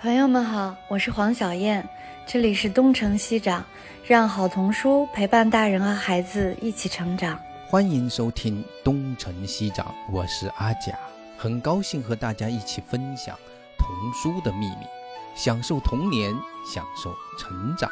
朋友们好，我是黄小燕，这里是东城西长，让好童书陪伴大人和孩子一起成长。 欢迎收听东城西长，我是阿甲，很高兴和大家一起分享童书的秘密，享受童年，享受成长。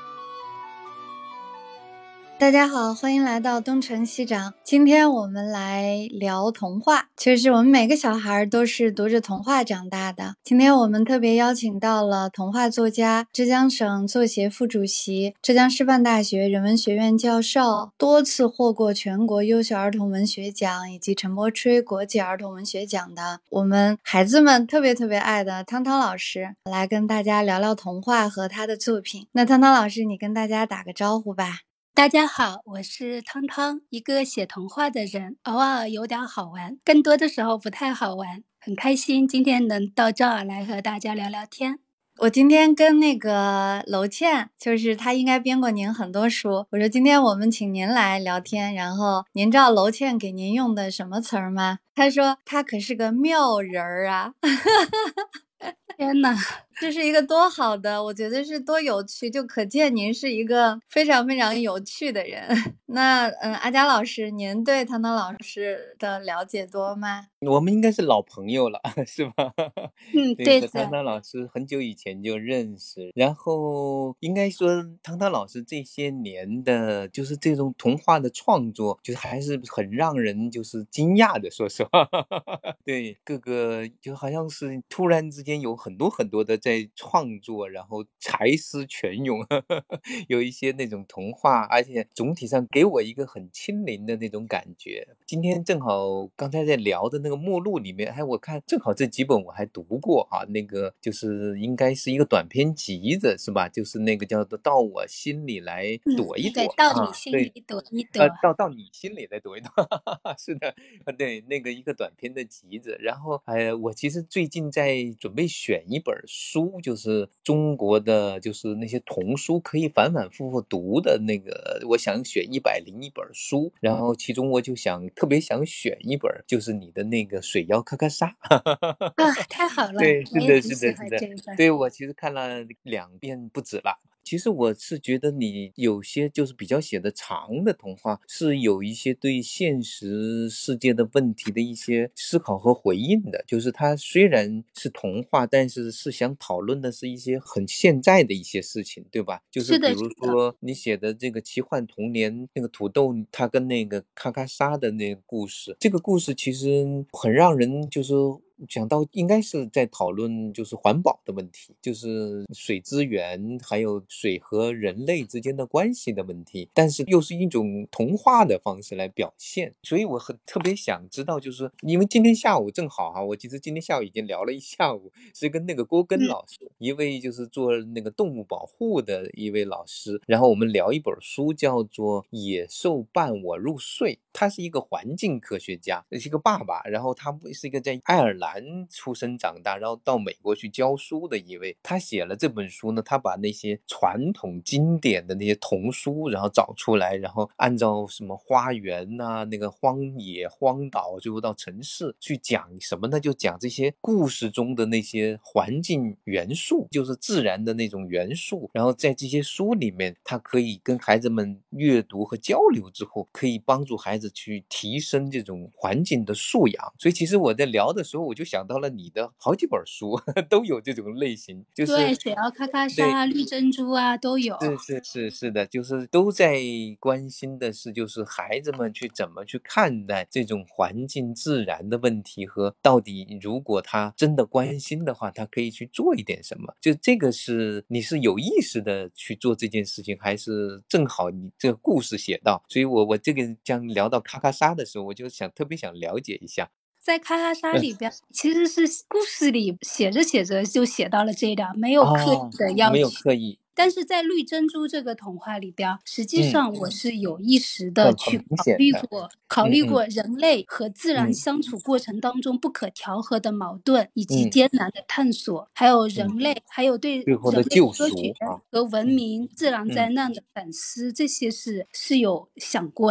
大家好，欢迎来到东城西长。今天我们来聊童话，其实我们每个小孩都是读着童话长大的。今天我们特别邀请到了童话作家、浙江省作协副主席、浙江师范大学人文学院教授，多次获过全国优秀儿童文学奖以及陈伯吹国际儿童文学奖的我们孩子们特别爱的汤汤老师，来跟大家聊聊童话和他的作品。那汤汤老师，你跟大家打个招呼吧。 大家好，我是汤汤，一个写童话的人，偶尔有点好玩，更多的时候不太好玩。很开心今天能到这儿来和大家聊聊天。 我今天跟那个娄倩，就是她应该编过您很多书，我说今天我们请您来聊天，然后您知道娄倩给您用的什么词儿吗？她说她可是个妙人儿啊。 天哪， 这是一个多好的，我觉得是多有趣，就可见您是一个非常有趣的人。那阿佳老师，您对汤汤老师的了解多吗？ 我们应该是老朋友了，是吧？ 对的。 汤汤老师很久以前就认识，然后应该说汤汤老师这些年的就是这种童话的创作，就是还是很让人就是惊讶的，说实话。对，各个就好像是突然之间有很多的在创作，然后才思泉涌，有一些那种童话，而且总体上给我一个很亲临的那种感觉。今天正好刚才在聊的那个目录里面，我看正好这几本我还读过啊，那个就是应该是一个短篇集子，是吧？就是那个叫做到我心里来躲一躲， 对，到你心里躲一躲。 到你心里来躲一躲。是的，对，那个一个短篇的集子。然后我其实最近在准备选一本书，就是中国的就是那些童书可以反复读的那个，我想选101本书，然后其中我就特别想选一本，就是你的那个水妖咔咔沙。 啊，太好了， 对， 我也很喜欢这一本。 对，我其实看了2遍不止了。其实我是觉得你有些就是比较写的长的童话，是有一些对现实世界的问题的一些思考和回应的。就是它虽然是童话，但是想讨论的是一些很现在的一些事情，对吧？就是比如说你写的这个奇幻童年，那个土豆他跟那个咔咔沙的那个故事，这个故事其实很让人就是讲到应该是在讨论就是环保的问题，就是水资源还有水和人类之间的关系的问题，但是又是一种童话的方式来表现。所以我特别想知道，就是因为今天下午正好我其实今天下午已经聊了一下午，是跟那个郭根老师，一位就是做那个动物保护的一位老师，然后我们聊一本书叫做《野兽伴我入睡》，他是一个环境科学家，是一个爸爸，然后他是一个在爱尔兰出生长大，然后到美国去教书的一位。他写了这本书呢，他把那些传统经典的那些童书然后找出来，然后按照什么花园啊，那个荒野荒岛，最后到城市去讲什么呢？就讲这些故事中的那些环境元素，就是自然的那种元素，然后在这些书里面他可以跟孩子们阅读和交流之后，可以帮助孩子去提升这种环境的素养。所以其实我在聊的时候，我就想到了你的好几本书都有这种类型，就是对，水妖咔咔沙、绿珍珠啊都有。 是的，就是都在关心的是就是孩子们去怎么去看待这种环境自然的问题，和到底如果他真的关心的话，他可以去做一点什么。就这个是你是有意识的去做这件事情，还是正好你这个故事写到？所以我这个将聊到咔咔沙的时候，我就特别想了解一下。 在咔咔沙里边，其实是故事里写着就写到了这一点，没有刻意的要没有刻意。 但是在绿珍珠这个童话里边，实际上我是有意识的去考虑过人类和自然相处过程当中不可调和的矛盾，以及艰难的探索，还有人类，还有对人类科学和文明、自然灾难的反思，这些是有想过的。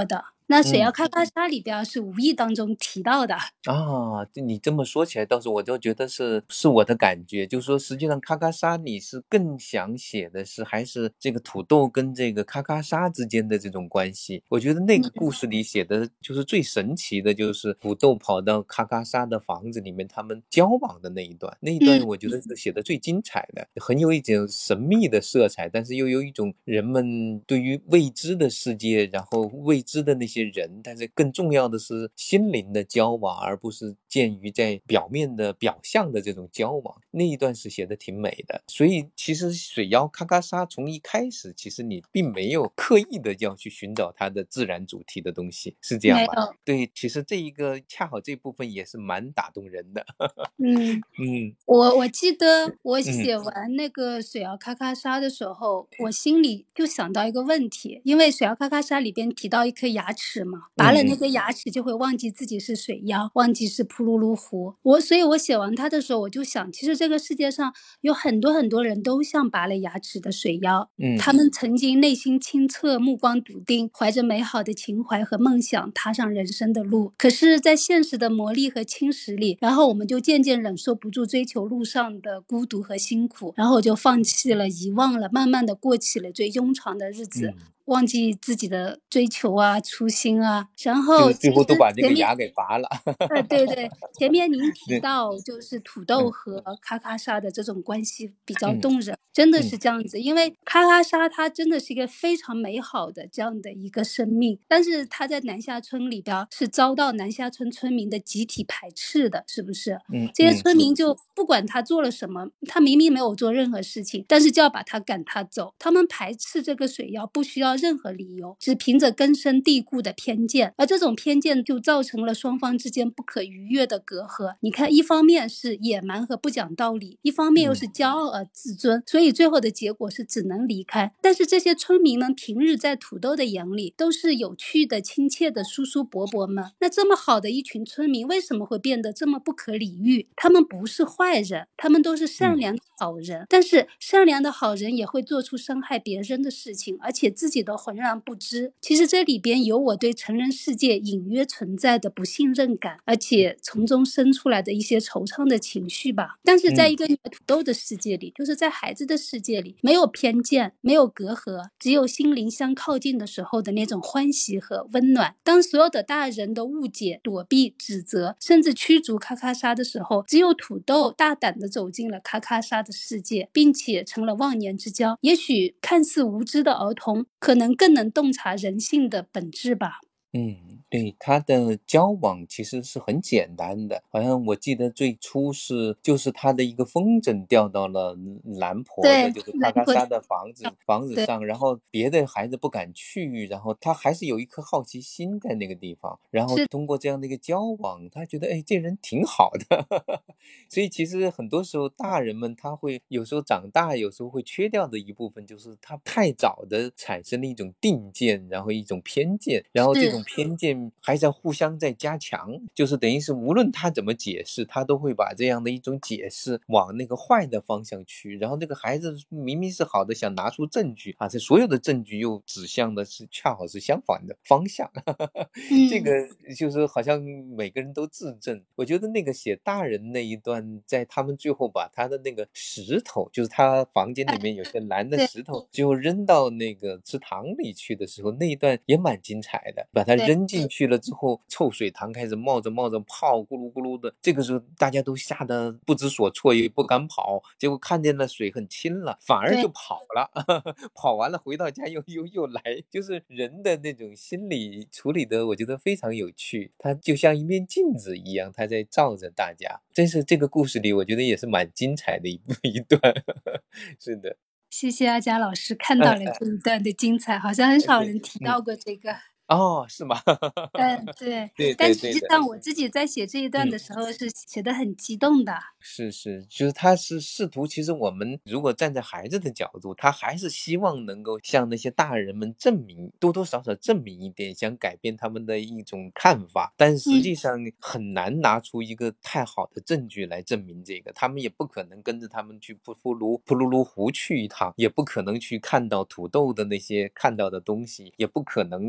那水妖咔咔沙里边是无意当中提到的。 啊，你这么说起来，倒是我就觉得是我的感觉，就是说，实际上咔咔沙你是更想写的是还是这个土豆跟这个咔咔沙之间的这种关系。我觉得那个故事里写的就是最神奇的，就是土豆跑到咔咔沙的房子里面，他们交往的那一段，那一段我觉得是写的最精彩的，很有一种神秘的色彩，但是又有一种人们对于未知的世界，然后未知的那些人，但是更重要的是心灵的交往，而不是鉴于在表面的表象的这种交往。那一段是写的挺美的。所以其实水妖咔咔沙从一开始，其实你并没有刻意的要去寻找它的自然主题的东西，是这样吧？对，其实这一个恰好这部分也是蛮打动人的。 我记得我写完那个水妖咔咔沙的时候，我心里就想到一个问题，因为水妖咔咔沙里边提到一颗牙齿嘛，拔了那颗牙齿就会忘记自己是水妖，忘记是扑噜噜湖。所以我写完它的时候，我就想，其实这个世界上有很多很多人都像拔了牙齿的水妖，他们曾经内心清澈，目光笃定，怀着美好的情怀和梦想踏上人生的路。可是在现实的磨砺和侵蚀里，然后我们就渐渐忍受不住追求路上的孤独和辛苦，然后就放弃了，遗忘了，慢慢的过起了最庸常的日子。忘记自己的追求啊，初心啊，然后就是最后都把这个牙给拔了。 对对，前面您提到就是土豆和咔咔沙的这种关系比较动人，真的是这样子。因为咔咔沙它真的是一个非常美好的这样的一个生命，但是它在南下村里边是遭到南下村村民的集体排斥的，是不是？这些村民就不管他做了什么，他明明没有做任何事情，但是就要把他赶他走。他们排斥这个水妖不需要任何理由，只凭着根深蒂固的偏见，而这种偏见就造成了双方之间不可逾越的隔阂。你看，一方面是野蛮和不讲道理，一方面又是骄傲而自尊，所以最后的结果是只能离开。但是这些村民们平日在土豆的眼里都是有趣的、亲切的叔叔伯伯们，那这么好的一群村民为什么会变得这么不可理喻？他们不是坏人，他们都是善良的好人，但是善良的好人也会做出伤害别人的事情，而且自己都浑然不知。其实这里边有我对成人世界隐约存在的不信任感，而且从中生出来的一些惆怅的情绪吧。但是在一个土豆的世界里，就是在孩子的世界里，没有偏见，没有隔阂，只有心灵相靠近的时候的那种欢喜和温暖。当所有的大人都误解、躲避、指责，甚至驱逐咔咔沙的时候，只有土豆大胆地走进了咔咔沙的世界，并且成了忘年之交。也许看似无知的儿童，可能更能洞察人性的本质吧。 对，他的交往其实是很简单的，好像我记得最初就是他的一个风筝掉到了蓝婆的，就是咔咔沙的房子上，然后别的孩子不敢去，然后他还是有一颗好奇心在那个地方，然后通过这样的一个交往，他觉得这人挺好的。所以其实很多时候大人们他会有时候长大，有时候会缺掉的一部分，就是他太早的产生了一种定见，然后一种偏见，然后这种偏见还在互相在加强，就是等于是无论他怎么解释，他都会把这样的一种解释往那个坏的方向去，然后这个孩子明明是好的，想拿出证据这所有的证据又指向的是恰好是相反的方向。这个就是好像每个人都自证。我觉得那个写大人那一段，在他们最后把他的那个石头，就是他房间里面有些蓝的石头，最后扔到那个池塘里去的时候，那一段也蛮精彩的。把它扔进去了之后，臭水塘开始冒着泡，咕噜咕噜的。这个时候大家都吓得不知所措，也不敢跑。结果看见了水很清了，反而就跑了。跑完了回到家又来，就是人的那种心理处理的，我觉得非常有趣。它就像一面镜子一样，它在照着大家。真是这个故事里，我觉得也是蛮精彩的一段。是的。 谢谢阿佳老师看到了这一段的精彩，好像很少人提到过这个。 是吗？ 对，但实际上我自己在写这一段的时候是写得很激动的。 是，就是他是试图，其实我们如果站在孩子的角度，他还是希望能够向那些大人们证明，多多少少证明一点，想改变他们的一种看法，但实际上很难拿出一个太好的证据来证明这个，他们也不可能跟着他们去扑噜噜湖去一趟，也不可能去看到土豆的那些看到的东西，也不可能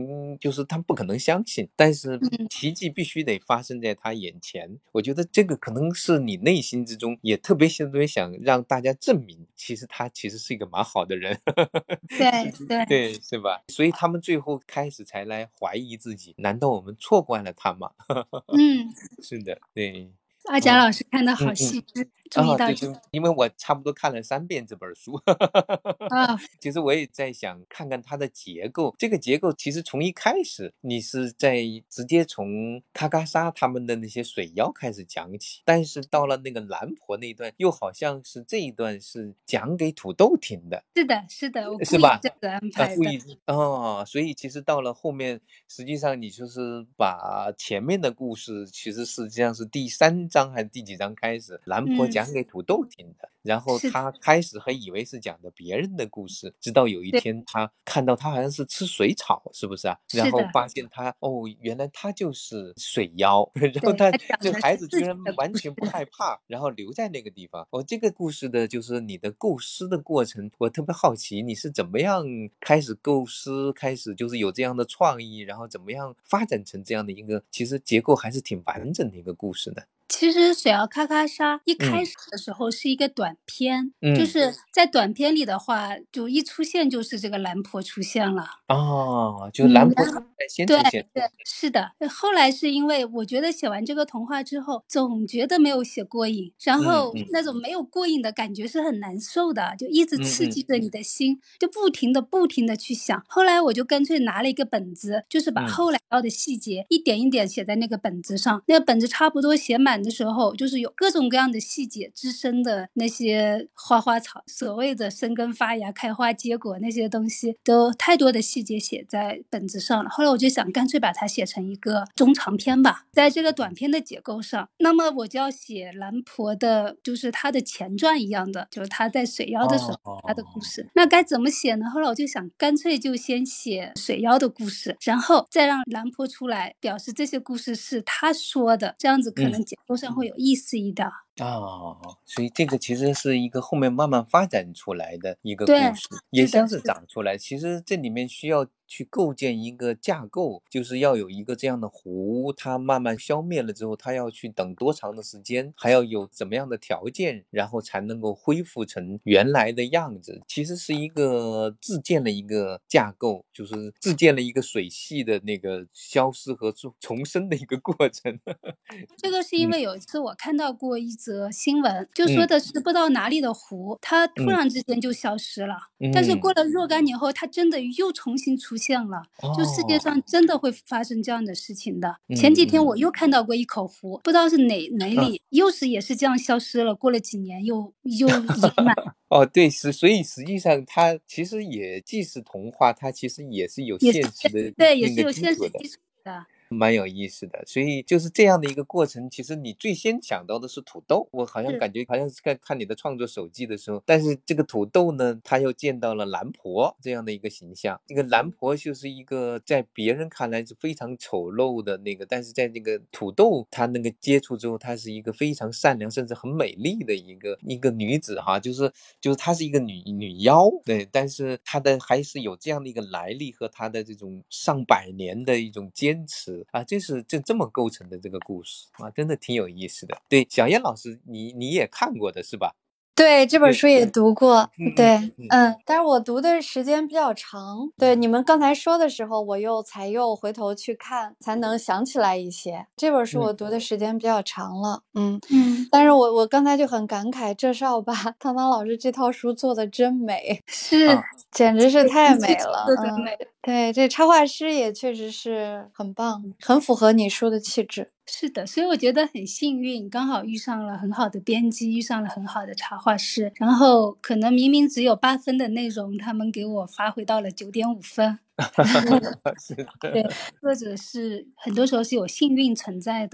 就是他不可能相信，但是奇迹必须得发生在他眼前。我觉得这个可能是你内心之中也特别想让大家证明，其实他其实是一个蛮好的人。 对对对，是吧？所以他们最后开始才来怀疑自己，难道我们错怪了他吗？是的，对。 阿贾老师看的好细致，注意到对，因为我差不多看了3遍这本书。 啊， 其实我也在想看看它的结构，这个结构其实从一开始你是在直接从卡卡莎他们的那些水妖开始讲起，但是到了那个蓝婆那一段，又好像是这一段是讲给土豆听的。 是的，我故意是吧？ 这个安排的。 故意所以其实到了后面，实际上你就是把前面的故事，其实实际上是第3章还是第几章开始，蓝婆讲给土豆听的，然后是他开始还以为是讲的别人的故事，直到有一对， 天他看到他好像是吃水草，是不是啊？然是的， 后发现他原来他就是水妖，然后对，他讲这的是孩子居然自己的故事。 完全不害怕，然后留在那个地方。这个故事的就是你的构思的过程，我特别好奇你是怎么样开始构思，开始就是有这样的创意，然后怎么样发展成这样的一个其实结构还是挺完整的一个故事的。 其实水妖咔咔莎一开始的时候是一个短片，就是在短片里的话，就一出现就是这个蓝婆出现了。 就是蓝婆然后先出现。 对，是的。后来是因为我觉得写完这个童话之后，总觉得没有写过瘾，然后那种没有过瘾的感觉是很难受的，就一直刺激着你的心，就不停的去想。后来我就干脆拿了一个本子，就是把后来要的细节一点一点写在那个本子上。那个本子差不多写满的时候，就是有各种各样的细节，滋生的那些花花草，所谓的生根发芽、开花结果那些东西，都太多的细节写在本子上了。后来我就想，干脆把它写成一个中长篇吧。在这个短篇的结构上，那么我就要写蓝婆的，就是她的前传一样的，就是她在水妖的时候她的故事。那该怎么写呢？后来我就想，干脆就先写水妖的故事，然后再让蓝婆出来表示这些故事是她说的，这样子可能结构上会有意思一点。 所以这个其实是一个后面慢慢发展出来的一个故对， 事，也像是长出来。其实这里面需要去构建一个架构，就是要有一个这样的湖，它慢慢消灭了之后，它要去等多长的时间，还要有怎么样的条件，然后才能够恢复成原来的样子。其实是一个自建了一个架构，就是自建了一个水系的那个消失和重生的一个过程。 这个是因为有一次我看到过一则新闻，就说的是不知道哪里的湖，它突然之间就消失了，但是过了若干年后，它真的又重新出现了。就世界上真的会发生这样的事情的。前几天我又看到过一口湖，不知道是哪里，也是这样消失了，过了几年又盈满。 对，所以实际上它其实也既是童话，它其实也是有现实的对，也那个是有现基础的。 实基础的。 蛮有意思的，所以就是这样的一个过程。其实你最先想到的是土豆，我好像感觉好像是看你的创作手记的时候，但是这个土豆呢，他又见到了蓝婆这样的一个形象。这个蓝婆就是一个在别人看来是非常丑陋的那个，但是在这个土豆他那个接触之后，她是一个非常善良甚至很美丽的一个女子哈，就是她是一个女妖，对，但是她的还是有这样的一个来历和她的这种上百年的一种坚持。这是这么构成的这个故事真的挺有意思的。对，小燕老师，你也看过的是吧？ 对，这本书也读过，对，但是我读的时间比较长。对，你们刚才说的时候，我又回头去看，才能想起来一些。这本书我读的时间比较长了，但是我刚才就很感慨，这少把汤汤老师这套书做的真美， 是， 简直是太美了，对，这插画师也确实是很棒，很符合你书的气质。 是的，所以我觉得很幸运，刚好遇上了很好的编辑，遇上了很好的插画师，然后可能明明只有8分的内容，他们给我发挥到了9.5分。 是的， 对，作者是很多时候是有幸运存在的。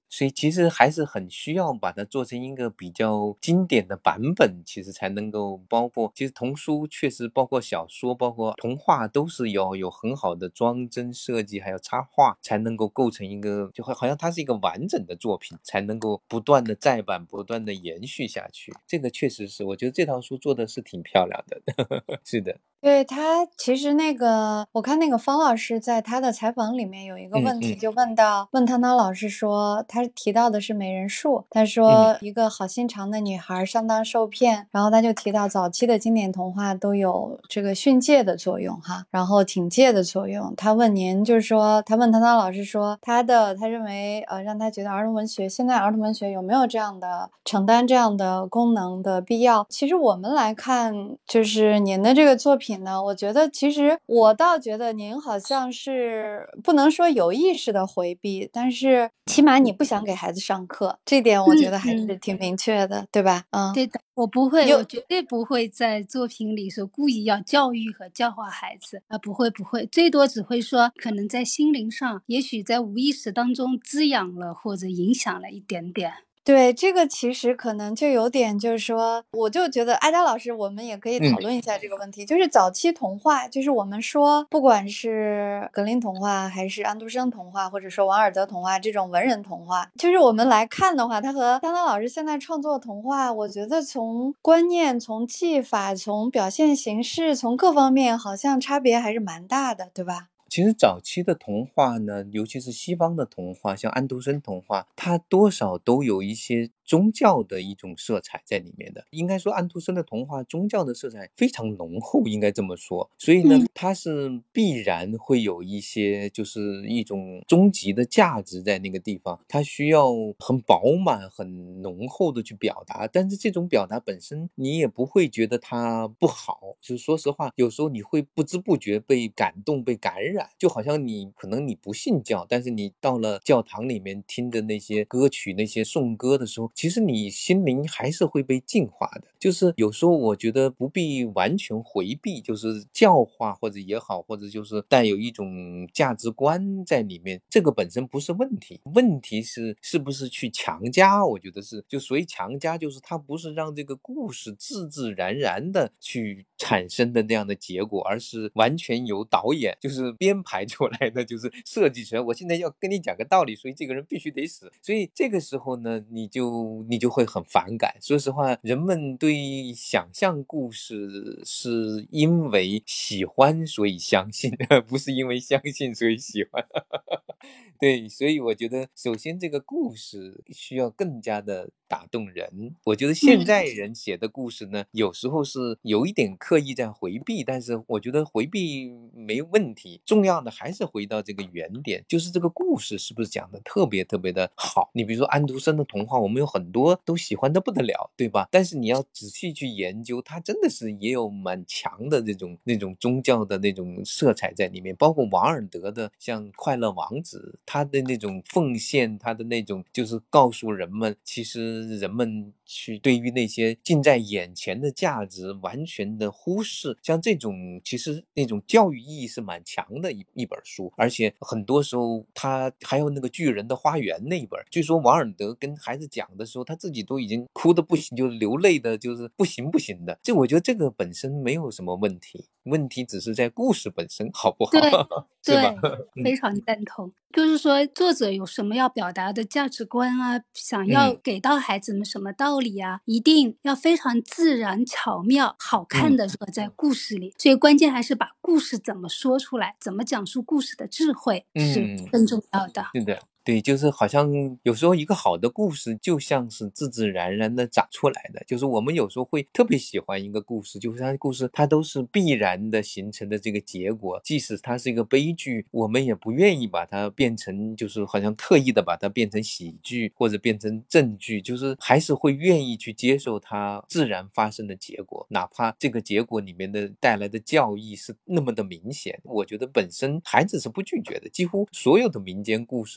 所以其实还是很需要把它做成一个比较经典的版本，其实才能够包括，其实童书确实包括小说包括童话都是要有很好的装帧设计还有插画，才能够构成一个就好像它是一个完整的作品，才能够不断的再版不断的延续下去。这个确实是我觉得这套书做的是挺漂亮的是的。 对，他其实我看那个方老师在他的采访里面有一个问题，就问汤汤老师说，他提到的是美人树，他说一个好心肠的女孩上当受骗，然后他就提到早期的经典童话都有这个训诫的作用哈，然后警戒的作用。他问您就是说，他问汤汤老师说，他认为让他觉得现在儿童文学有没有这样的承担这样的功能的必要？其实我们来看，就是您的这个作品呢，我觉得其实我倒觉得您好像是不能说有意识的回避，但是起码你不想给孩子上课，这点我觉得还是挺明确的，对吧？ 对的，我绝对不会在作品里说故意要教育和教化孩子啊，不会，最多只会说可能在心灵上，也许在无意识当中滋养了或者影响了一点点。 对，这个其实可能就有点就是说，我就觉得阿佳老师我们也可以讨论一下这个问题，就是早期童话，就是我们说不管是格林童话还是安徒生童话，或者说王尔德童话这种文人童话，就是我们来看的话，他和汤汤老师现在创作童话，我觉得从观念、从技法、从表现形式、从各方面好像差别还是蛮大的，对吧？ 其实早期的童话呢，尤其是西方的童话，像安徒生童话，它多少都有一些宗教的一种色彩在里面的。应该说安徒生的童话宗教的色彩非常浓厚，应该这么说。所以呢，它是必然会有一些就是一种终极的价值在那个地方，它需要很饱满很浓厚的去表达，但是这种表达本身你也不会觉得它不好，就是说实话，有时候你会不知不觉被感动被感染，就好像可能你不信教，但是你到了教堂里面听的那些歌曲那些颂歌的时候，其实你心灵还是会被净化的。就是有时候我觉得不必完全回避，就是教化或者也好，或者就是带有一种价值观在里面，这个本身不是问题，问题是不是去强加。我觉得是，就所谓强加，就是它不是让这个故事自自然然的去产生的那样的结果，而是完全由导演就是编排出来的，就是设计出来，我现在要跟你讲个道理，所以这个人必须得死。所以这个时候呢，你就会很反感。说实话，人们对想象故事是因为喜欢所以相信，不是因为相信所以喜欢对，所以我觉得首先这个故事需要更加的打动人。我觉得现在人写的故事呢，有时候是有一点刻意在回避，但是我觉得回避没问题，重要的还是回到这个原点，就是这个故事是不是讲的特别特别的好。你比如说安徒生的童话，我们有很多都喜欢的不得了，对吧？但是你要仔细去研究，它真的是也有蛮强的那种宗教的那种色彩在里面，包括王尔德的像快乐王子，他的那种奉献，他的那种就是告诉人们，其实人们去对于那些近在眼前的价值完全的忽视，像这种其实那种教育意义是蛮强的一本书。而且很多时候他还有那个巨人的花园那一本，据说王尔德跟孩子讲的时候，他自己都已经哭得不行，就流泪的就是不行的。这我觉得这个本身没有什么问题，问题只是在故事本身好不好是吧？ 非常赞同。就是说作者有什么要表达的价值观啊，想要给到孩子们什么道理啊，一定要非常自然巧妙好看的在故事里。所以关键还是把故事怎么说出来，怎么讲述故事的智慧是更重要的。 是的。对，就是好像有时候一个好的故事就像是自自然然的长出来的，就是我们有时候会特别喜欢一个故事，就是它故事它都是必然的形成的这个结果，即使它是一个悲剧，我们也不愿意把它变成就是好像刻意的把它变成喜剧或者变成正剧，就是还是会愿意去接受它自然发生的结果，哪怕这个结果里面的带来的教义是那么的明显，我觉得本身孩子是不拒绝的。几乎所有的民间故事最后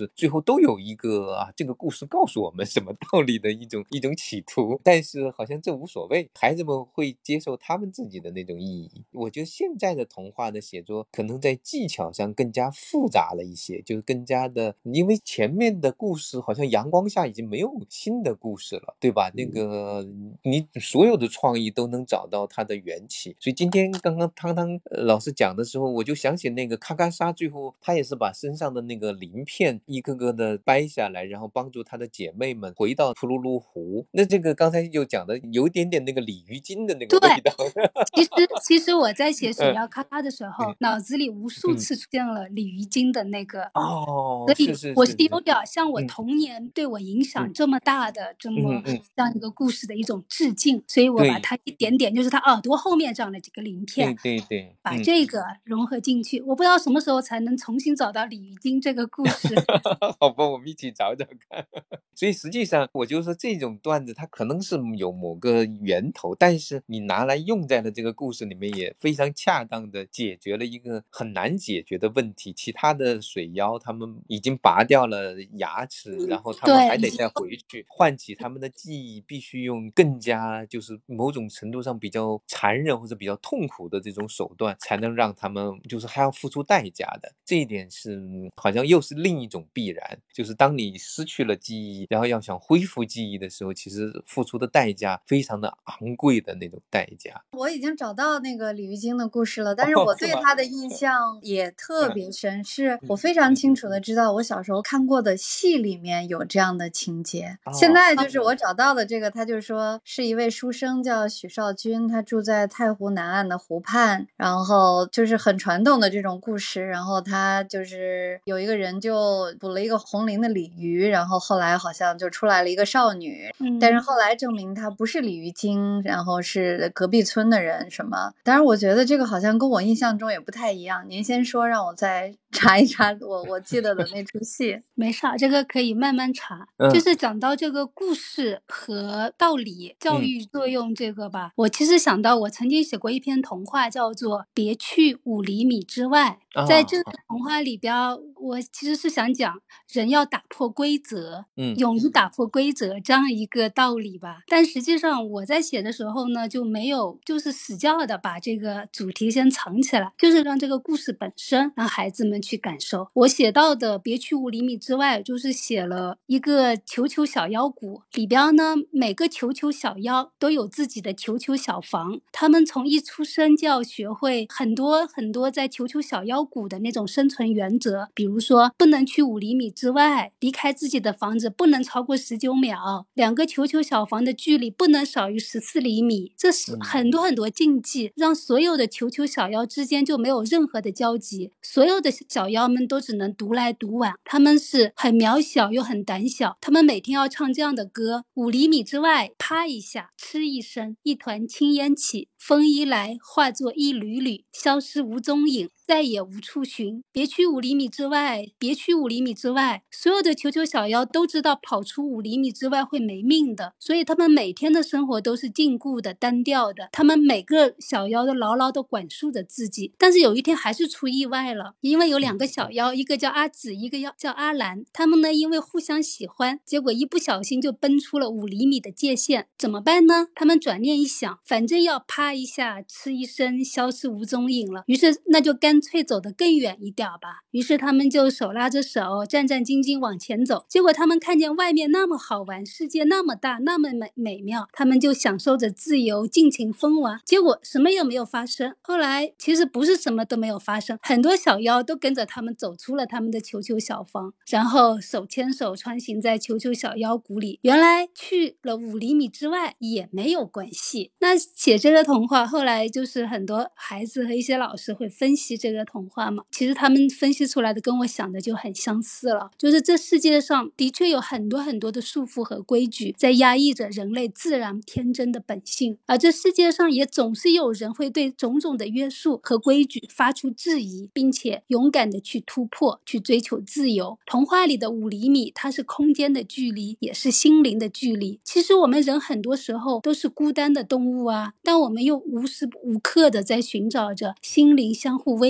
都有一个这个故事告诉我们什么道理的一种企图，但是好像这无所谓，孩子们会接受他们自己的那种意义。我觉得现在的童话的写作可能在技巧上更加复杂了一些，就是更加的，因为前面的故事好像阳光下已经没有新的故事了，对吧？那个你所有的创意都能找到它的缘起。所以今天刚刚汤汤老师讲的时候，我就想起那个咔咔莎，最后他也是把身上的那个鳞片一个个的掰下来，然后帮助他的姐妹们回到普鲁鲁湖。那这个刚才就讲的有一点点那个鲤鱼精的那个味道。 其实我在写水曜咔咔的时候，脑子里无数次出现了鲤鱼精的那个所以我是有点像我童年对我影响这么大的这么样一个故事的一种致敬，所以我把它一点点，就是它耳朵后面长了几个鳞片， 对， 把这个融合进去。我不知道什么时候才能重新找到鲤鱼精这个故事。 好吧，我们一起找找看。所以实际上我就说这种段子它可能是有某个源头，但是你拿来用在了这个故事里面也非常恰当的解决了一个很难解决的问题。其他的水妖他们已经拔掉了牙齿，然后他们还得再回去唤起他们的记忆，必须用更加就是某种程度上比较残忍或者比较痛苦的这种手段，才能让他们就是还要付出代价的。这一点是好像又是另一种必然，就是当你失去了记忆，然后要想恢复记忆的时候，其实付出的代价非常的昂贵的那种代价。 我已经找到那个鲤鱼精的故事了，但是我对他的印象也特别深，是我非常清楚的知道我小时候看过的戏里面有这样的情节。现在就是我找到的这个，他就说是一位书生叫许绍军，他住在太湖南岸的湖畔，然后就是很传统的这种故事，然后他就是有一个人就捕了一个红鳞的鲤鱼，然后后来好像就出来了一个少女，但是后来证明她不是鲤鱼精，然后是隔壁村的人什么。当然我觉得这个好像跟我印象中也不太一样，您先说让我再查一查我记得的那出戏。 没事，这个可以慢慢查。就是讲到这个故事和道理教育作用这个吧，我其实想到我曾经写过一篇童话叫做《别去5厘米之外》。在这个童话里边，我其实是想讲人要打破规则，勇于打破规则这样一个道理吧。但实际上我在写的时候呢，就没有就是死犟的把这个主题先藏起来，就是让这个故事本身让孩子们去感受。我写到的别去5厘米之外，就是写了一个球球小妖谷，里边呢每个球球小妖都有自己的球球小房，他们从一出生就要学会很多很多在球球小妖谷的那种生存原则，比如说不能去5厘米之外，离开自己的房子不能超过19秒，2个球球小房的距离不能少于14厘米，这是很多很多禁忌，让所有的球球小妖之间就没有任何的交集，所有的小妖们都只能独来独往，他们是很渺小又很胆小，他们每天要唱这样的歌：5厘米之外，啪一下，嗤一声，一团青烟起，风一来，化作一缕缕，消失无踪影，再也无处寻。别去5厘米之外，别去5厘米之外。所有的球球小妖都知道跑出5厘米之外会没命的，所以他们每天的生活都是禁锢的、单调的。他们每个小妖都牢牢地管束着自己，但是有一天还是出意外了，因为有2个小妖，一个叫阿紫，一个叫阿兰。他们呢，因为互相喜欢，结果一不小心就奔出了5厘米的界限。怎么办呢？他们转念一想，反正要啪一下，嗤一声，消失无踪影了，于是那就干脆走得更远一点吧。于是他们就手拉着手，战战兢兢往前走。结果他们看见外面那么好玩，世界那么大，那么美妙，他们就享受着自由，尽情疯玩。结果什么也没有发生。后来其实不是什么都没有发生，很多小妖都跟着他们走出了他们的球球小房，然后手牵手穿行在球球小妖谷里。原来去了5厘米之外也没有关系。那写这个童话，后来就是很多孩子和一些老师会分析这个童话嘛，其实他们分析出来的跟我想的就很相似了，就是这世界上的确有很多很多的束缚和规矩在压抑着人类自然天真的本性，而这世界上也总是有人会对种种的约束和规矩发出质疑，并且勇敢的去突破，去追求自由。童话里的5厘米，它是空间的距离，也是心灵的距离。其实我们人很多时候都是孤单的动物啊，但我们又无时无刻的在寻找着心灵相互偎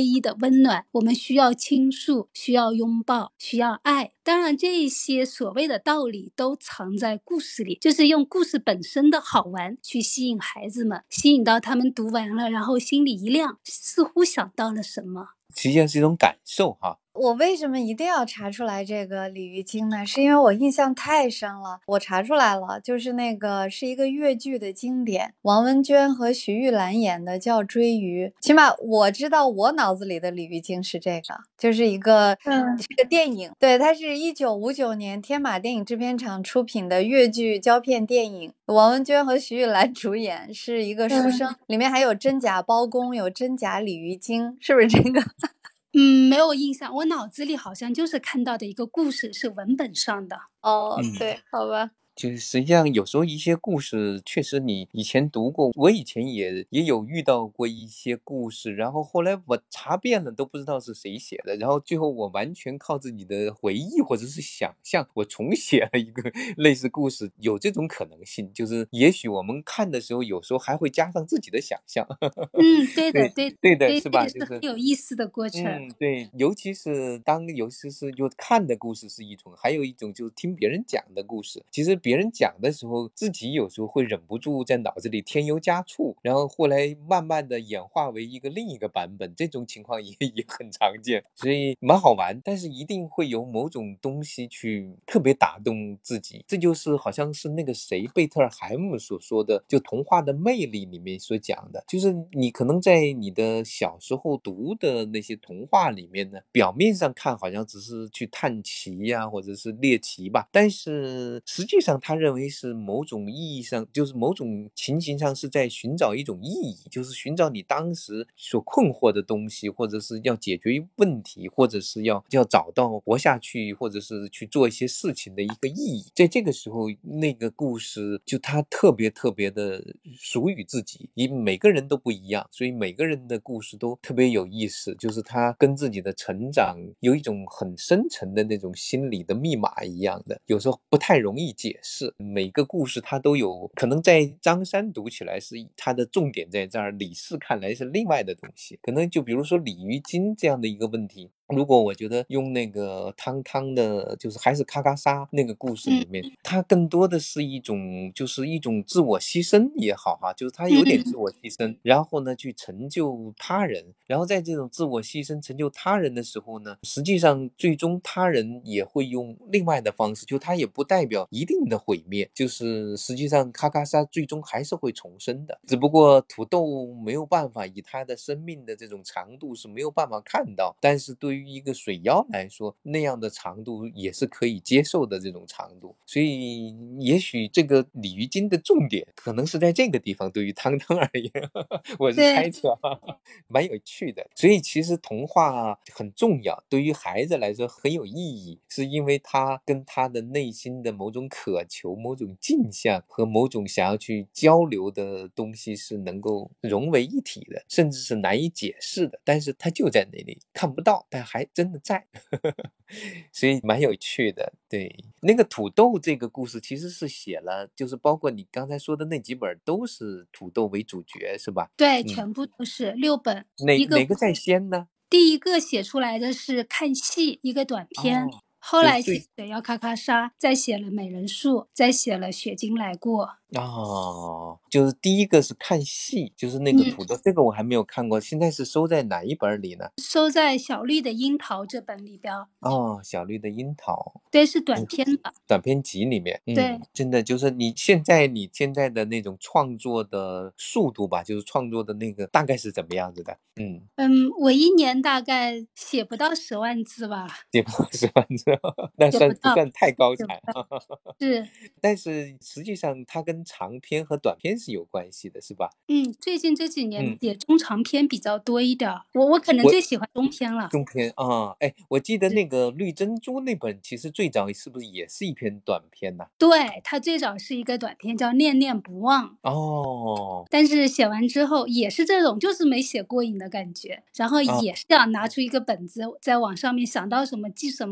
唯一的温暖，我们需要倾诉，需要拥抱，需要爱。当然这一些所谓的道理都藏在故事里，就是用故事本身的好玩去吸引孩子们，吸引到他们读完了，然后心里一亮，似乎想到了什么。 实际上是一种感受哈。 我为什么一定要查出来这个鲤鱼精呢？是因为我印象太深了。我查出来了，就是那个是一个粤剧的经典，王文娟和徐玉兰演的，叫《追鱼》。起码我知道，我脑子里的鲤鱼精是这个，就是一个电影。对，它是1959年天马电影制片厂出品的粤剧胶片电影，王文娟和徐玉兰主演，是一个书生，里面还有真假包公，有真假鲤鱼精，是不是这个？ 没有印象，我脑子里好像就是看到的一个故事，是文本上的。 对，好吧。 就是实际上有时候一些故事确实你以前读过，我以前也有遇到过一些故事，然后后来我查遍了都不知道是谁写的，然后最后我完全靠自己的回忆或者是想象，我重写了一个类似故事，有这种可能性，就是也许我们看的时候有时候还会加上自己的想象。 对的， 对的，是吧？ 这也是很有意思的过程。 对，尤其是就看的故事是一种，还有一种就是听别人讲的故事。其实别人讲的时候，自己有时候会忍不住在脑子里添油加醋，然后后来慢慢的演化为另一个版本，这种情况也很常见，所以蛮好玩。但是一定会有某种东西去特别打动自己，这就是好像是那个谁贝特尔海姆所说的，就童话的魅力里面所讲的，就是你可能在你的小时候读的那些童话里面呢，表面上看好像只是去探奇呀，或者是猎奇吧，但是实际上他认为是某种意义上，就是某种情形上是在寻找一种意义，就是寻找你当时所困惑的东西，或者是要解决问题，或者是要找到活下去，或者是去做一些事情的一个意义。在这个时候，那个故事就它特别特别的属于自己，因为每个人都不一样，所以每个人的故事都特别有意思，就是他跟自己的成长有一种很深层的那种心理的密码一样的，有时候不太容易解释。每个故事它都有可能，在张三读起来是它的重点在这儿，李四看来是另外的东西。可能就比如说鲤鱼精这样的一个问题，如果我觉得用那个汤汤的，就是还是咔咔沙那个故事里面，它更多的是一种自我牺牲也好哈，就是它有点自我牺牲，然后呢去成就他人，然后在这种自我牺牲成就他人的时候呢，实际上最终他人也会用另外的方式，就它也不代表一定的毁灭，就是实际上咔咔沙最终还是会重生的，只不过土豆没有办法以它的生命的这种长度是没有办法看到，但是对于一个水妖来说，那样的长度也是可以接受的这种长度，所以也许这个鲤鱼精的重点可能是在这个地方，对于汤汤而言我是猜测蛮有趣的。所以其实童话很重要，对于孩子来说很有意义，是因为他跟他的内心的某种渴求、某种镜像和某种想要去交流的东西是能够融为一体的，甚至是难以解释的，但是他就在那里看不到，但还真的在所以蛮有趣的。对，那个土豆这个故事其实是写了，就是包括你刚才说的那几本都是土豆为主角是吧？ 对，全部都是6本。 哪个在先呢？ 第一个写出来的是看戏，一个短篇，后来写水妖咔咔沙，再写了美人树，再写了雪经来过。 就是第一个是看戏，就是那个土豆，这个我还没有看过，现在是收在哪一本里呢？ 收在小绿的樱桃这本里边。 小绿的樱桃， 对，是短篇的， 短篇集里面。 对， 真的就是你现在的那种创作的速度吧，就是创作的那个大概是怎么样子的？ 我一年大概写不到10万字吧。 写不到10万字，那不算太高产。 是， 但是实际上它跟长篇和短篇是有关系的，是吧？ 最近这几年写中长篇比较多一点，我可能最喜欢中篇了。 中篇我记得那个绿珍珠那本其实最早是不是也是一篇短篇呢？ 对，它最早是一个短篇叫念念不忘。但是写完之后也是这种就是没写过瘾的感觉，然后也是要拿出一个本子，在网上面想到什么记什么，想到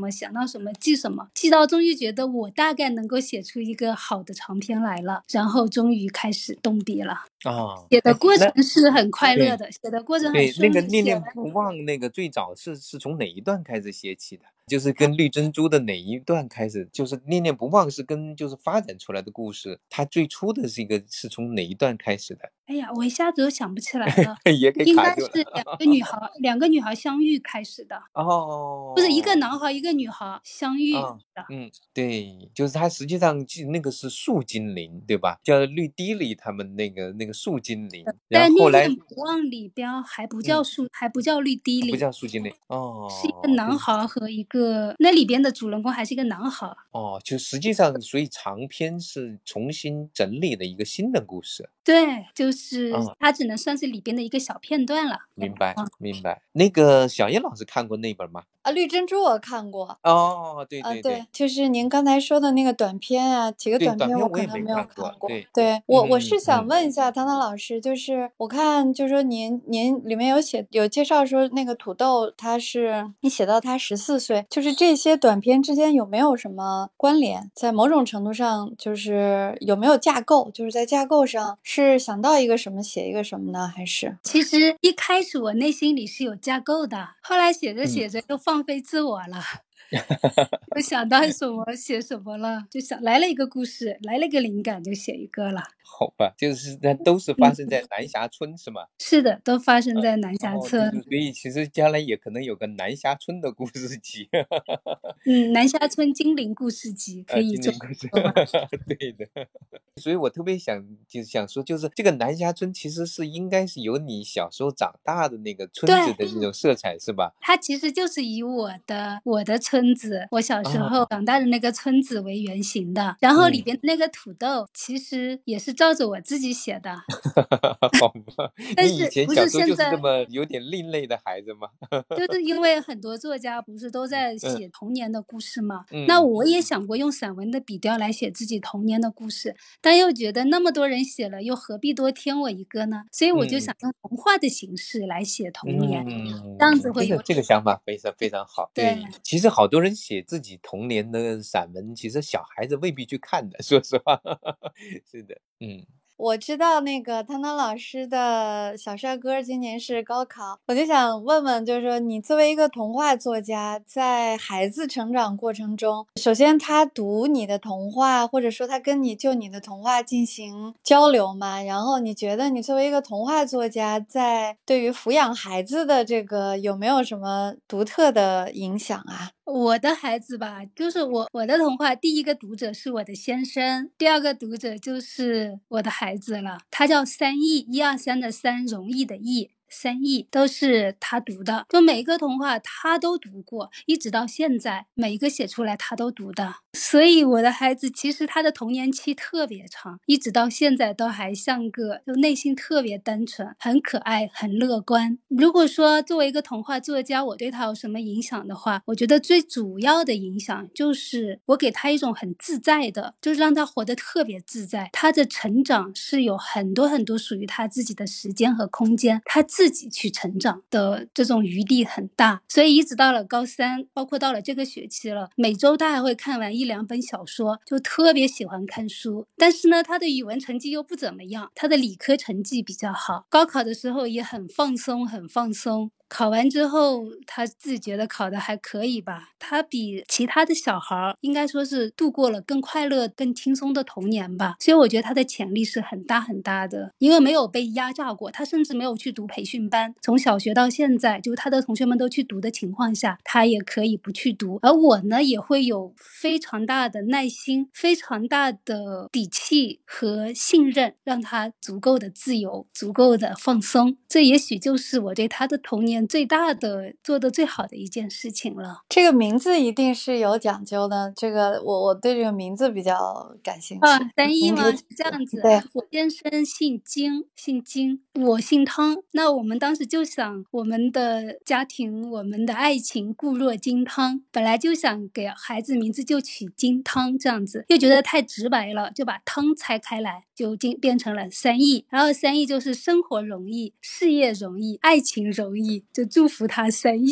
什么记什么，记到终于觉得我大概能够写出一个好的长篇来了，然后终于开始动笔了。写的过程是很快乐的，写的过程很顺利。 那个念念不忘那个最早是从哪一段开始写起的？就是跟绿珍珠的哪一段开始？就是念念不忘是跟就是发展出来的故事，它最初的是从哪一段开始的？ 哎呀，我一下子都想不起来了。 也给卡住了。 应该是两个女孩相遇开始的。 哦， 不是一个男孩一个女孩相遇的。 对，就是他实际上那个是树精灵，对吧？叫绿滴里他们那个树精灵，然后后来念念不忘里边还不叫绿滴里， 不叫树精灵哦， 是一个男孩和一个那里边的主人公还是一个男孩哦，就实际上所以长篇是重新整理的一个新的故事。 对，就是它只能算是里边的一个小片段了。 明白。那个小叶老师看过那本吗？ 绿珍珠我看过。 哦，对， 就是您刚才说的那个短片啊，几个短片我可能没有看过。对，我是想问一下汤汤老师，就是我看就是说您里面有介绍说那个土豆他是你写到他14岁，就是这些短片之间有没有什么关联？在某种程度上就是有没有架构？就是在架构上是想到一个什么写一个什么呢？还是？ 其实一开始我内心里是有架构的，后来写着写着就放飞自我了。我想到什么写什么了，就想来了一个故事，来了一个灵感就写一个了。 好吧，就是那都是发生在南霞村是吗？ 是的，都发生在南霞村。 所以其实将来也可能有个南霞村的故事集。 南霞村精灵故事集可以做。 对的。所以我特别想说，就是这个南霞村其实应该是有你小时候长大的那个村子的那种色彩是吧？ 它其实就是以我的村子，我小时候长大的那个村子为原型的，然后里边那个土豆其实也是照着我自己写的。 好吧， 但你以前小时候就是这么有点另类的孩子吗？ 就是因为很多作家不是都在写童年的故事吗？那我也想过用散文的笔调来写自己童年的故事，但又觉得那么多人写了，又何必多添我一个呢？所以我就想用童话的形式来写童年，这样子会有这个想法非常好。对，其实好多人写自己童年的散文，其实小孩子未必去看的，说实话。是的， 我知道那个汤汤老师的小帅哥今年是高考，我就想问问，就是说你作为一个童话作家，在孩子成长过程中，首先他读你的童话，或者说他跟你就你的童话进行交流嘛？然后你觉得你作为一个童话作家，在对于抚养孩子的这个有没有什么独特的影响啊？ 我的孩子吧，就是我的童话第一个读者是我的先生，第二个读者就是我的孩子了。他叫3亿，1、2、3的3，容易的易。3亿都是他读的，就每一个童话他都读过，一直到现在每一个写出来他都读的。所以我的孩子其实他的童年期特别长，一直到现在都还像个就内心特别单纯，很可爱，很乐观。如果说作为一个童话作家，我对他有什么影响的话，我觉得最主要的影响就是我给他一种很自在的，就是让他活得特别自在。他的成长是有很多很多属于他自己的时间和空间，他自己去成长的这种余地很大。所以一直到了高3，包括到了这个学期了，每周他还会看完1、2本小说，就特别喜欢看书。但是呢，他的语文成绩又不怎么样，他的理科成绩比较好，高考的时候也很放松。考完之后他自己觉得考得还可以吧，他比其他的小孩应该说是度过了更快乐更轻松的童年吧。所以我觉得他的潜力是很大很大的，因为没有被压榨过，他甚至没有去读培训班，从小学到现在就他的同学们都去读的情况下，他也可以不去读。而我呢也会有非常大的耐心，非常大的底气和信任，让他足够的自由，足够的放松。这也许就是我对他的童年最大的做的最好的一件事情了。 这个名字一定是有讲究的，这个我对这个名字比较感兴趣。 3亿吗？是这样子。 对， 我先生姓金，我姓汤。那我们当时就想，我们的家庭，我们的爱情固若金汤，本来就想给孩子名字就取金汤这样子，又觉得太直白了，就把汤拆开来，就变成了3亿。然后3亿就是生活容易，事业容易，爱情容易，就祝福他3亿吧。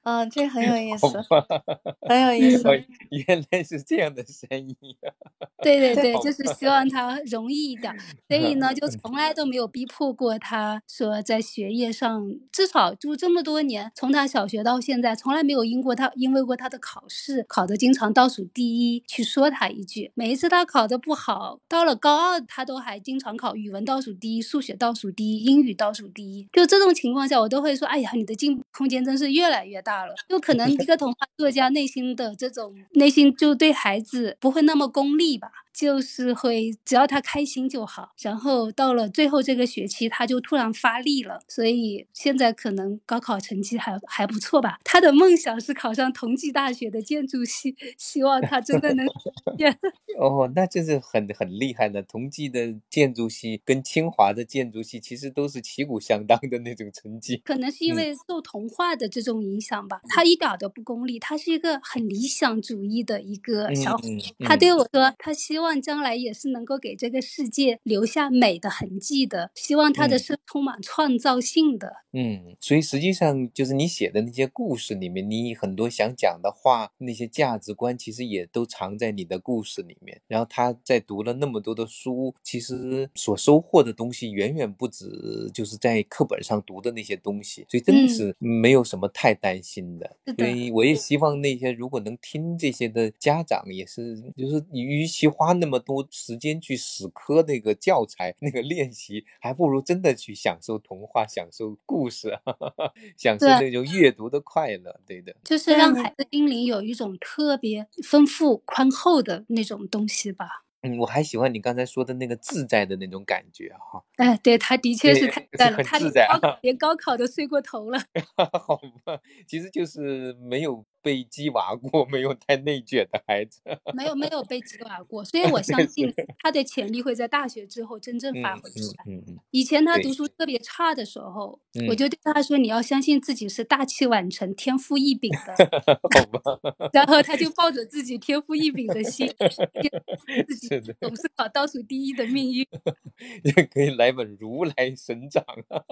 这很有意思， 好吧很有意思。 原来是这样的深意对对对，就是希望他容易一点，所以呢，就从来都没有逼迫过他说在学业上，至少就这么多年，从他小学到现在，从来没有因为过他的考试考得经常倒数第一去说他一句。每一次他考得不好，到了高2，他都还经常考语文倒数第一、数学倒数第一、英语倒数第一。就这种情况下，我都会说，哎呀，你的进步空间真是越来越大了。就可能一个童话作家内心就对孩子不会那么功利吧。就是会只要他开心就好，然后到了最后这个学期他就突然发力了，所以现在可能高考成绩还不错吧。他的梦想是考上同济大学的建筑系，希望他真的能实现那就是很厉害的。同济的建筑系跟清华的建筑系其实都是旗鼓相当的那种成绩。 可能是因为受童话的这种影响吧，他一点都不功利，他是一个很理想主义的一个小伙。他对我说，他希望将来也是能够给这个世界留下美的痕迹的，希望他的生充满创造性的。 所以实际上就是你写的那些故事里面，你很多想讲的话，那些价值观其实也都藏在你的故事里面。然后他在读了那么多的书，其实所收获的东西远远不止就是在课本上读的那些东西，所以真的是没有什么太担心的。所以我也希望那些如果能听这些的家长也是，就是你与其花那么多时间去死磕那个教材那个练习，还不如真的去享受童话，享受故事享受那种阅读的快乐。对的， 就是让孩子心灵有一种特别丰富宽厚的那种东西吧。 我还喜欢你刚才说的那个自在的那种感觉哈。 对，他的确是太自在了，他连高考都睡过头了。 好吧，其实就是没有被鸡娃过，没有太内卷的孩子。 没有被鸡娃过，所以我相信他的潜力会在大学之后真正发挥出来。以前他读书特别差的时候，我就对他说，你要相信自己是大器晚成、天赋异禀的。 好吧。 然后他就抱着自己天赋异禀的心，自己总是考倒数第一的命运。 也可以来本《如来神掌》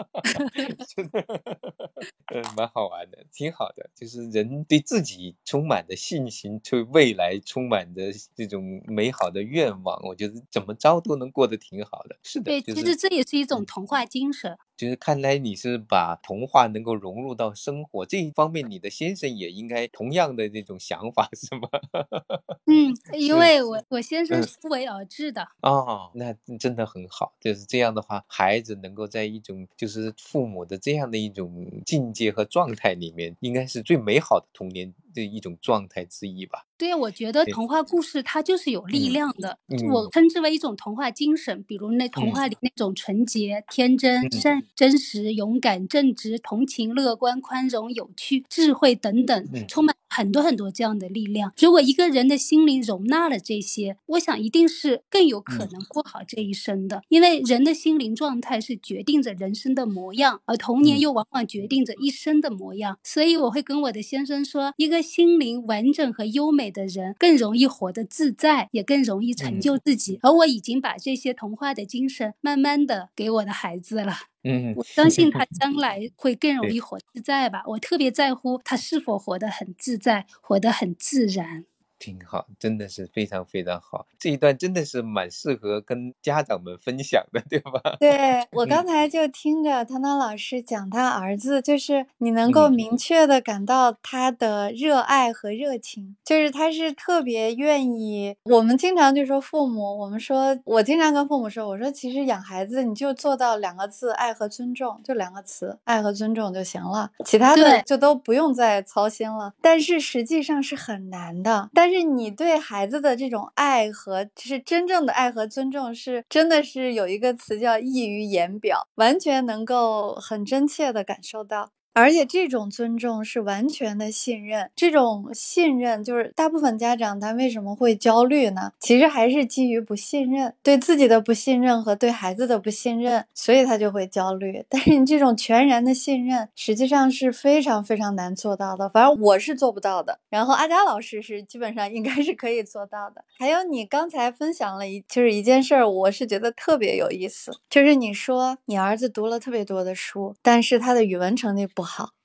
蛮好玩的，挺好的。就是人对自己充满的信心，对未来充满的这种美好的愿望，我觉得怎么着都能过得挺好的。是的， 对，其实这也是一种童话精神。 就是看来你是把童话能够融入到生活这一方面，你的先生也应该同样的这种想法，是吗？ 因为我先生是不为而治的。 那真的很好。就是这样的话，孩子能够在一种就是父母的这样的一种境界和状态里面，应该是最美好的童年的一种状态之一吧。 对，我觉得童话故事它就是有力量的，我称之为一种童话精神。比如那童话里那种纯洁、天真、真实、勇敢、正直、同情、乐观、宽容、有趣、智慧等等，充满很多很多这样的力量。如果一个人的心灵容纳了这些，我想一定是更有可能过好这一生的。因为人的心灵状态是决定着人生的模样，而童年又往往决定着一生的模样。所以我会跟我的先生说，一个心灵完整和优美的人更容易活得自在，也更容易成就自己。而我已经把这些童话的精神慢慢的给我的孩子了。我相信他将来会更容易活自在吧。我特别在乎他是否活得很自在，活得很自然。 挺好，真的是非常非常好。这一段真的是蛮适合跟家长们分享的，对吧？ 对，我刚才就听着唐唐老师讲他儿子，就是你能够明确的感到他的热爱和热情，就是他是特别愿意。我们经常就说父母，我经常跟父母说，我说其实养孩子你就做到2个字，爱和尊重，就2个词，爱和尊重就行了，其他的就都不用再操心了。但是实际上是很难的。但是你对孩子的这种爱和就是真正的爱和尊重，是真的是有一个词叫溢于言表，完全能够很真切地感受到。而且这种尊重是完全的信任，这种信任就是大部分家长他为什么会焦虑呢？其实还是基于不信任，对自己的不信任和对孩子的不信任，所以他就会焦虑。但是你这种全然的信任实际上是非常非常难做到的，反正我是做不到的，然后阿佳老师是基本上应该是可以做到的。还有你刚才分享了就是一件事儿，我是觉得特别有意思，就是你说你儿子读了特别多的书，但是他的语文成绩不好，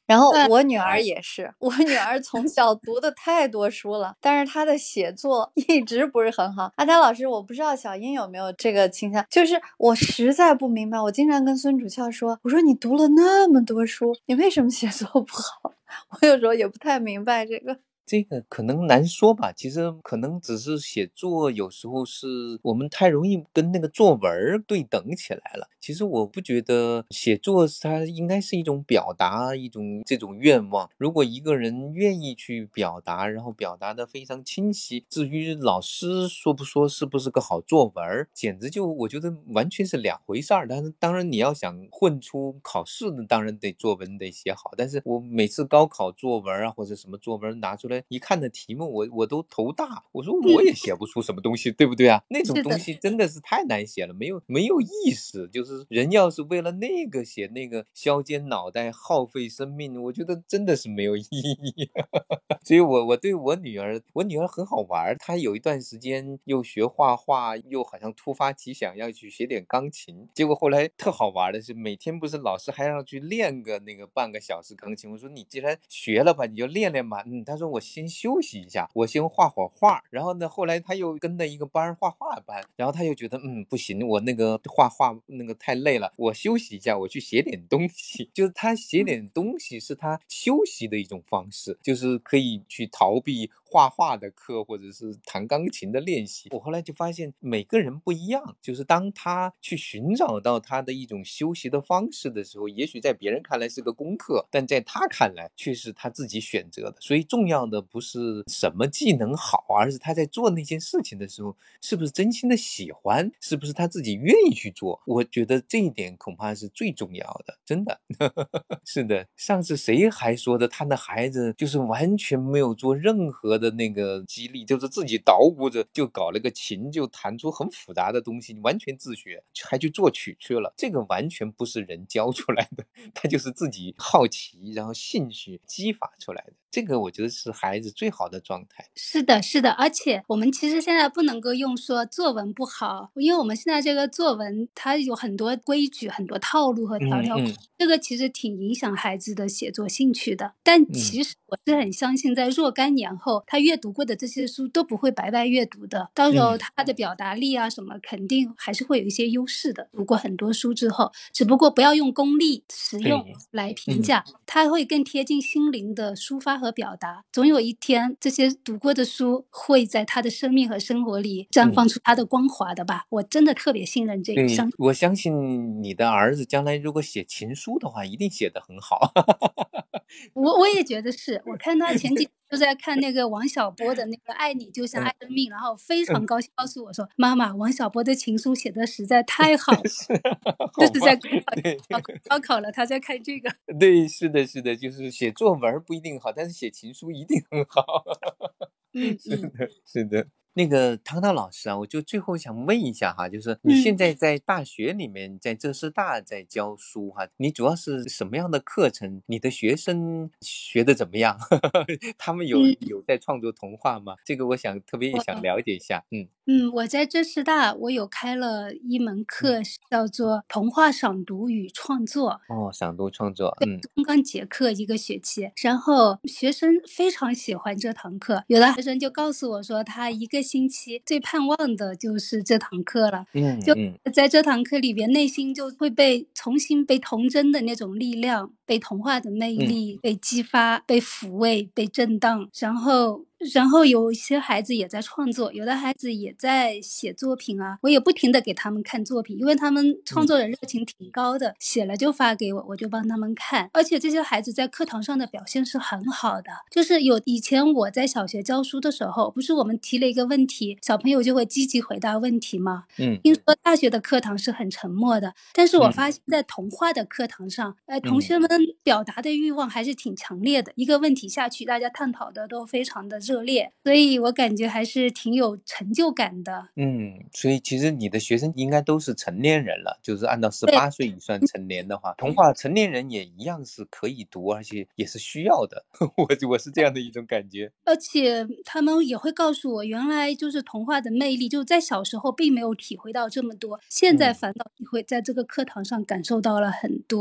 然后我女儿也是，我女儿从小读的太多书了，但是她的写作一直不是很好。阿泰老师，我不知道小英有没有这个倾向，就是我实在不明白，我经常跟孙主翘说，我说你读了那么多书，你为什么写作不好？我有时候也不太明白这个。 这个可能难说吧，其实可能只是写作有时候是我们太容易跟那个作文对等起来了。其实我不觉得写作它应该是一种表达，一种这种愿望。如果一个人愿意去表达，然后表达的非常清晰，至于老师说不说是不是个好作文，简直就我觉得完全是两回事儿。但是当然你要想混出考试呢，当然得作文得写好。但是我每次高考作文啊或者什么作文拿出来一看的题目，我都头大，我说我也写不出什么东西，对不对啊？那种东西真的是太难写了，没有意思。就是人要是为了那个写那个，削尖脑袋耗费生命，我觉得真的是没有意义。所以我对我女儿很好玩，她有一段时间又学画画，又好像突发奇想要去学点钢琴，结果后来特好玩的是，每天不是老师还让去练个那个半个小时钢琴，我说你既然学了吧，你就练练吧。她说我先休息一下，我先画会儿画。然后呢，后来她又跟了一个班画画班，然后她又觉得不行，我那个画画那个太累了，我休息一下，我去写点东西。就是她写点东西是她休息的一种方式，就是可以去逃避画画的课或者是弹钢琴的练习。我后来就发现每个人不一样，就是当他去寻找到他的一种休息的方式的时候，也许在别人看来是个功课，但在他看来却是他自己选择的。所以重要的不是什么技能好，而是他在做那件事情的时候是不是真心的喜欢，是不是他自己愿意去做。我觉得这一点恐怕是最重要的，真的。是的，上次谁还说的他的孩子就是完全没有做任何的那个激励，就是自己捣鼓着就搞了个琴，就弹出很复杂的东西，完全自学，还去作曲去了。这个完全不是人教出来的，他就是自己好奇，然后兴趣激发出来的。这个我觉得是孩子最好的状态。 是的，是的，而且我们其实现在不能够用说作文不好，因为我们现在这个作文它有很多规矩、很多套路和条条框，这个其实挺影响孩子的写作兴趣的。但其实我是很相信，在若干年后，他阅读过的这些书都不会白白阅读的，到时候他的表达力啊什么，肯定还是会有一些优势的。读过很多书之后，只不过不要用功利、实用来评价，他会更贴近心灵的抒发和表达。总有一天，这些读过的书会在他的生命和生活里绽放出他的光华的吧。我真的特别信任这个。 对，我相信你的儿子将来如果写情书的话，一定写得很好。 我也觉得是，我看他前几天就在看那个王小波的那个《爱你就像爱生命》，然后非常高兴告诉我说，妈妈，王小波的情书写的实在太好了。就是在高考了，他在看这个。 对，是的，是的，就是写作文不一定好，但是写情书一定很好。是的，是的。那个唐唐老师啊，我就最后想问一下哈，就是你现在在大学里面，在浙师大在教书哈，你主要是什么样的课程？你的学生学的怎么样？他们有在创作童话吗？这个我想特别想了解一下。 我在浙师大，我有开了一门课，叫做童话赏读与创作。 赏读创作， 刚刚结课一个学期，然后学生非常喜欢这堂课，有的学生就告诉我说，他一个星期最盼望的就是这堂课了。就在这堂课里边，内心就会重新被童真的那种力量，被童话的魅力被激发，被抚慰，被震荡，然后有一些孩子也在创作，有的孩子也在写作品啊，我也不停的给他们看作品，因为他们创作的热情挺高的，写了就发给我，我就帮他们看。而且这些孩子在课堂上的表现是很好的，就是以前我在小学教书的时候，不是我们提了一个问题，小朋友就会积极回答问题吗？听说大学的课堂是很沉默的，但是我发现在童话的课堂上，同学们表达的欲望还是挺强烈的，一个问题下去，大家探讨的都非常的热烈，所以我感觉还是挺有成就感的。 所以其实你的学生应该都是成年人了，就是按照18岁以算成年的话，童话成年人也一样是可以读，而且也是需要的。我是这样的一种感觉。 而且他们也会告诉我，原来就是童话的魅力，就在小时候并没有体会到这么多，现在反倒会在这个课堂上感受到了很多。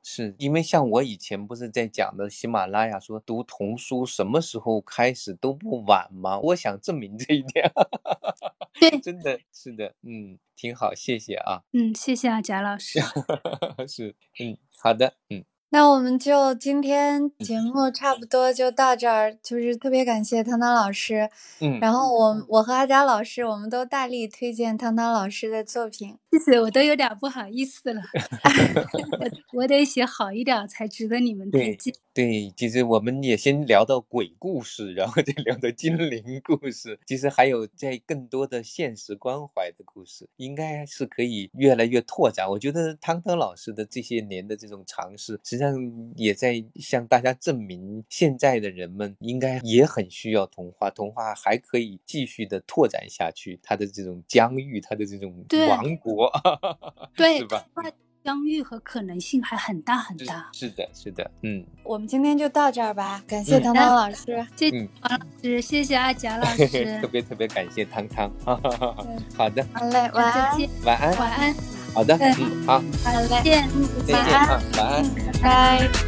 是因为像我以前不是在讲的喜马拉雅说读童书什么时候开始都不晚吗？我想证明这一点。 对， 真的是的，挺好，谢谢啊。 谢谢啊，贾老师。 是，好的， 那我们就今天节目差不多就到这儿，就是特别感谢汤汤老师。然后我和阿佳老师，我们都大力推荐汤汤老师的作品。 谢谢，我都有点不好意思了。我得写好一点才值得你们推荐。 对，其实我们也先聊到鬼故事，然后再聊到精灵故事，其实还有在更多的现实关怀的故事，应该是可以越来越拓展。我觉得汤汤老师的这些年的这种尝试，实际上也在向大家证明，现在的人们应该也很需要童话，童话还可以继续的拓展下去，它的这种疆域，它的这种王国， 对， 是吧？ 疆域和可能性还很大很大。 是的， 我们今天就到这儿吧，感谢汤汤老师， 谢谢王老师，谢谢阿贾老师， 特别感谢汤汤。好的， 好嘞，晚安， 晚安， 晚安， 好的，好， 好嘞， 再见啊，晚安， 拜拜。